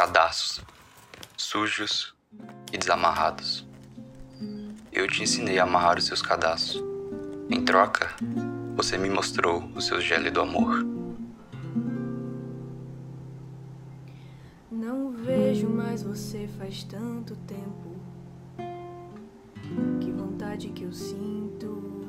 cadarços, sujos e desamarrados. Eu te ensinei a amarrar os seus cadarços. Em troca, você me mostrou o seu gélido amor. Não vejo mais você faz tanto tempo. Que vontade que eu sinto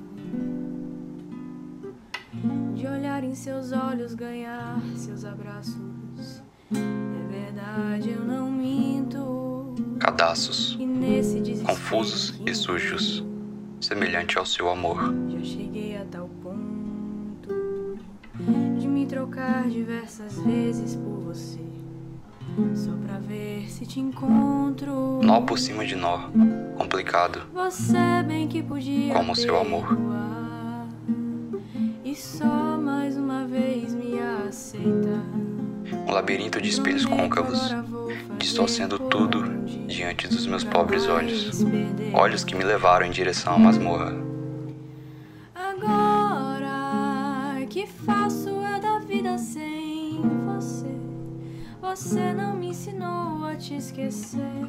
de olhar em seus olhos, ganhar seus abraços. É verdade, eu não minto. Cadarços, confusos e sujos, semelhante ao seu amor. Já cheguei a tal ponto de me trocar diversas vezes por você, só pra ver se te encontro. Nó por cima de nó, complicado, Você bem que podia como o seu amor. perdoar, e só mais uma vez me aceita. Um labirinto de espelhos côncavos, distorcendo tudo diante dos meus pobres olhos. Olhos que me levaram em direção à masmorra. Agora que faço eu da vida sem você? Você não me ensinou a te esquecer.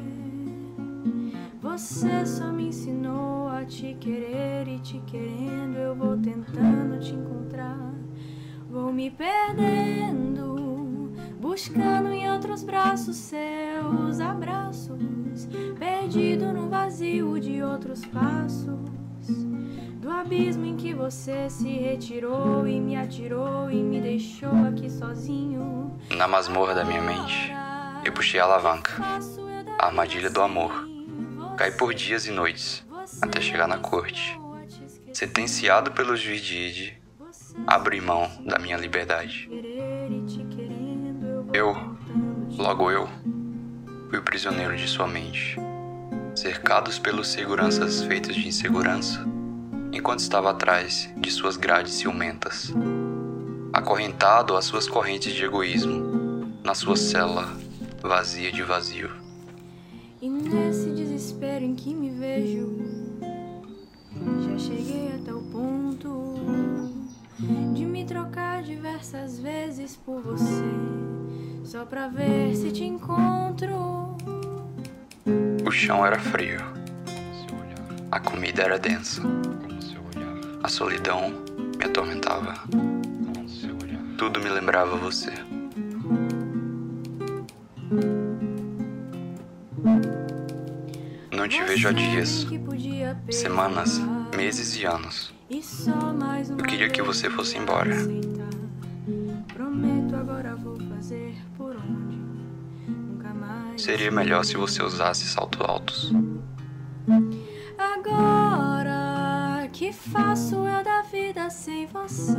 Você só me ensinou a te querer, e te querendo eu vou tentando te encontrar. Vou me perdendo, buscando em outros braços seus abraços, perdido no vazio de outros passos, do abismo em que você se retirou e me atirou e me deixou aqui sozinho. Na masmorra da minha mente, eu puxei a alavanca, a armadilha do amor. Caí por dias e noites, até chegar na corte. Sentenciado pelo juiz de Ide, abri mão da minha liberdade. Logo eu, fui o prisioneiro de sua mente, cercados pelos seguranças feitos de insegurança, enquanto estava atrás de suas grades ciumentas, acorrentado às suas correntes de egoísmo, na sua cela vazia de vazio. E nesse desespero em que me vejo, já cheguei até o ponto de me trocar diversas vezes por você, só pra ver se te encontro. O chão era frio, a comida era densa, a solidão me atormentava, tudo me lembrava você. Não te vejo há dias, semanas, meses e anos. Eu queria que você fosse embora. Seria melhor se você usasse saltos altos. Agora que faço eu da vida sem você?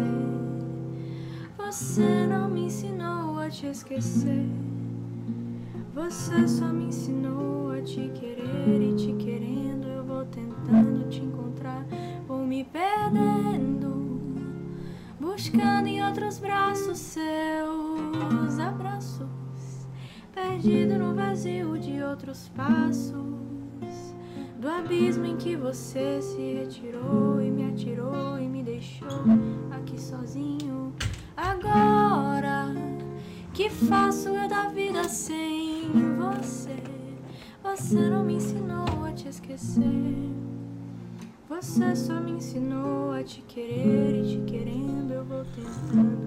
Você não me ensinou a te esquecer. Você só me ensinou a te querer, e te querendo eu vou tentando te encontrar. Vou me perdendo, buscando em outros braços seus abraços, perdido no vazio de outros passos, do abismo em que você se retirou e me atirou e me deixou aqui sozinho. Agora que faço eu da vida sem você? Você não me ensinou a te esquecer. Você só me ensinou a te querer, e te querendo eu vou tentando